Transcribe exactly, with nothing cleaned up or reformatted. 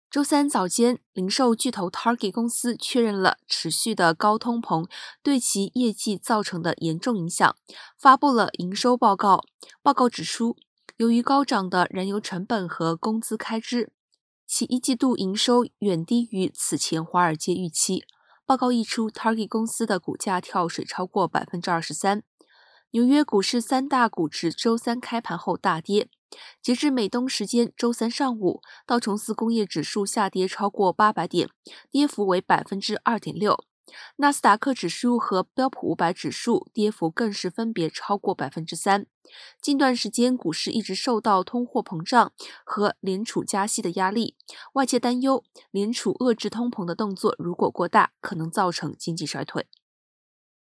周三早间，零售巨头 Target 公司确认了持续的高通膨对其业绩造成的严重影响，发布了营收报告。报告指出，由于高涨的燃油成本和工资开支，其一季度营收远低于此前华尔街预期。报告一出 ，Target 公司的股价跳水超过 百分之二十三。纽约股市三大股指周三开盘后大跌。截至美东时间周三上午，道琼斯工业指数下跌超过八百点，跌幅为 百分之二点六。纳斯达克指数和标普五百指数跌幅更是分别超过 百分之三。近段时间股市一直受到通货膨胀和联储加息的压力，外界担忧联储遏制通膨的动作如果过大，可能造成经济衰退。